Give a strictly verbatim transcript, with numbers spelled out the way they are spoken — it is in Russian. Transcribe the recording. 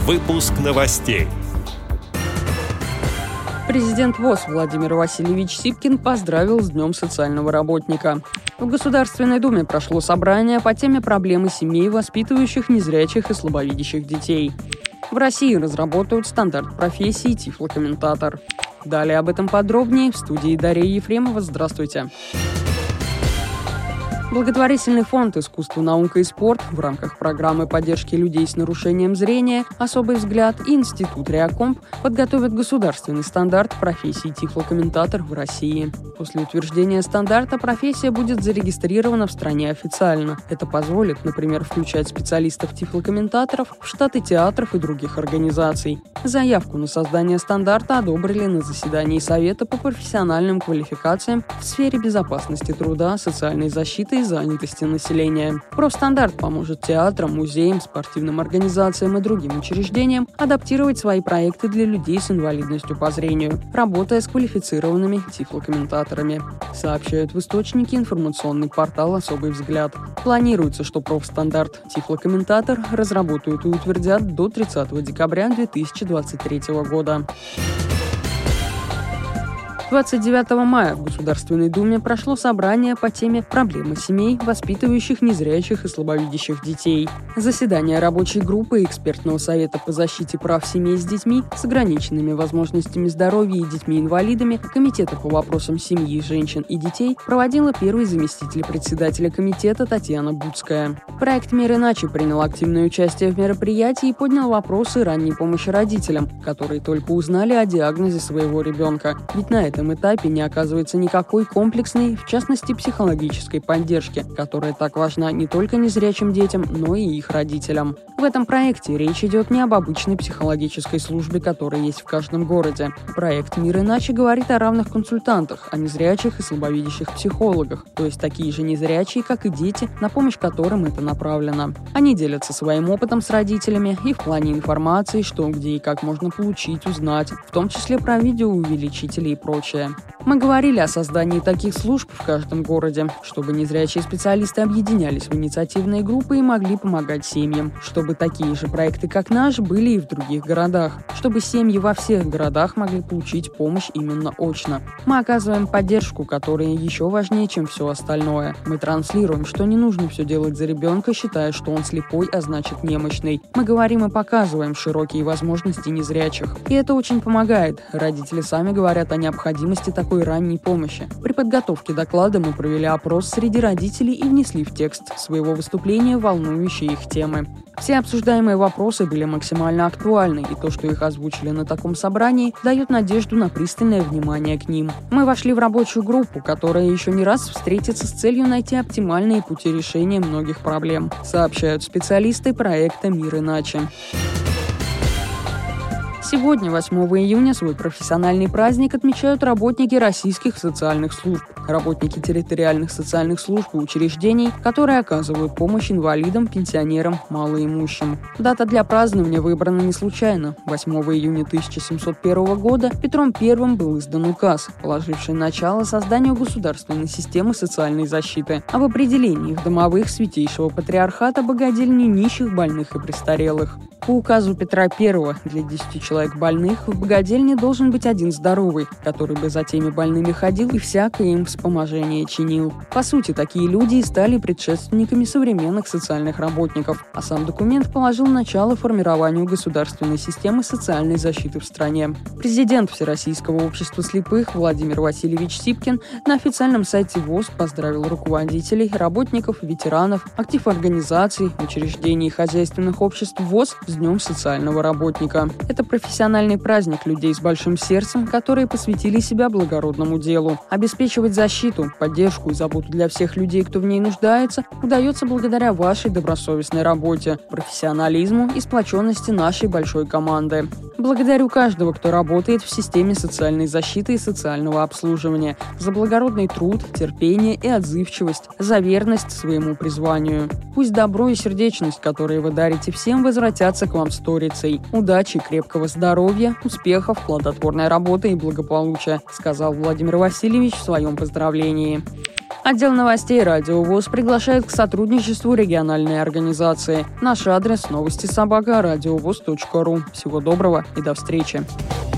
Выпуск новостей. Президент ВОС Владимир Васильевич Сипкин поздравил с Днем социального работника. В Государственной Думе прошло собрание по теме проблемы семей, воспитывающих незрячих и слабовидящих детей. В России разработают стандарт профессии тифлокомментатор. Далее об этом подробнее в студии Дарья Ефремова. Здравствуйте. Благотворительный фонд «Искусство, наука и спорт» в рамках программы поддержки людей с нарушением зрения «Особый взгляд» и Институт Реакомп подготовят государственный стандарт профессии тифлокомментатор в России. После утверждения стандарта профессия будет зарегистрирована в стране официально. Это позволит, например, включать специалистов-тифлокомментаторов в штаты театров и других организаций. Заявку на создание стандарта одобрили на заседании Совета по профессиональным квалификациям в сфере безопасности труда, социальной защиты и занятости населения. Профстандарт поможет театрам, музеям, спортивным организациям и другим учреждениям адаптировать свои проекты для людей с инвалидностью по зрению, работая с квалифицированными тифлокомментаторами, сообщают в источнике информационный портал «Особый взгляд». Планируется, что профстандарт тифлокомментатор разработают и утвердят до тридцатого декабря две тысячи двадцать третьего года. двадцать девятого мая в Государственной Думе прошло собрание по теме «Проблемы семей, воспитывающих незрячих и слабовидящих детей». Заседание рабочей группы экспертного совета по защите прав семей с детьми с ограниченными возможностями здоровья и детьми-инвалидами Комитета по вопросам семьи, женщин и детей проводила первый заместитель председателя комитета Татьяна Буцкая. Проект «Мир иначе» принял активное участие в мероприятии и поднял вопросы ранней помощи родителям, которые только узнали о диагнозе своего ребенка. Ведь на этом В этом этапе не оказывается никакой комплексной, в частности, психологической поддержки, которая так важна не только незрячим детям, но и их родителям. В этом проекте речь идет не об обычной психологической службе, которая есть в каждом городе. Проект «Мир иначе» говорит о равных консультантах, о незрячих и слабовидящих психологах, то есть такие же незрячие, как и дети, на помощь которым это направлено. Они делятся своим опытом с родителями и в плане информации, что, где и как можно получить, узнать, в том числе про видеоувеличители и прочее. Мы говорили о создании таких служб в каждом городе, чтобы незрячие специалисты объединялись в инициативные группы и могли помогать семьям, чтобы такие же проекты, как наш, были и в других городах, чтобы семьи во всех городах могли получить помощь именно очно. Мы оказываем поддержку, которая еще важнее, чем все остальное. Мы транслируем, что не нужно все делать за ребенка, считая, что он слепой, а значит немощный. Мы говорим и показываем широкие возможности незрячих. И это очень помогает. Родители сами говорят о необходимости такой ранней помощи. При подготовке доклада мы провели опрос среди родителей и внесли в текст своего выступления волнующие их темы. Все обсуждаемые вопросы были максимально актуальны, и то, что их озвучили на таком собрании, дает надежду на пристальное внимание к ним. Мы вошли в рабочую группу, которая еще не раз встретится с целью найти оптимальные пути решения многих проблем, сообщают специалисты проекта «Мир иначе». Сегодня, восьмого июня, свой профессиональный праздник отмечают работники российских социальных служб, работники территориальных социальных служб и учреждений, которые оказывают помощь инвалидам, пенсионерам, малоимущим. Дата для празднования выбрана не случайно. восьмого июня тысяча семьсот первого года Петром Первым был издан указ, положивший начало созданию государственной системы социальной защиты, об определении в домовых Святейшего Патриархата богадельни нищих, больных и престарелых. По указу Петра Первого для десяти человек больных в богадельне должен быть один здоровый, который бы за теми больными ходил и всякое им вспоможение чинил. По сути, такие люди и стали предшественниками современных социальных работников, а сам документ положил начало формированию государственной системы социальной защиты в стране. Президент Всероссийского общества слепых Владимир Васильевич Сипкин на официальном сайте ВОС поздравил руководителей, работников, ветеранов, актив организаций, учреждений и хозяйственных обществ ВОС с Днем социального работника. Это профессиональный праздник людей с большим сердцем, которые посвятили себя благородному делу. Обеспечивать защиту, поддержку и заботу для всех людей, кто в ней нуждается, удается благодаря вашей добросовестной работе, профессионализму и сплоченности нашей большой команды. Благодарю каждого, кто работает в системе социальной защиты и социального обслуживания, за благородный труд, терпение и отзывчивость, за верность своему призванию. Пусть добро и сердечность, которые вы дарите всем, возвратятся к вам сторицей. Удачи, крепкого здоровья, успехов, плодотворной работы и благополучия, сказал Владимир Васильевич в своем поздравлении. Отдел новостей «Радио ВОС» приглашает к сотрудничеству региональной организации. Наш адрес – новости собака радиовоз точка ру. Всего доброго и до встречи.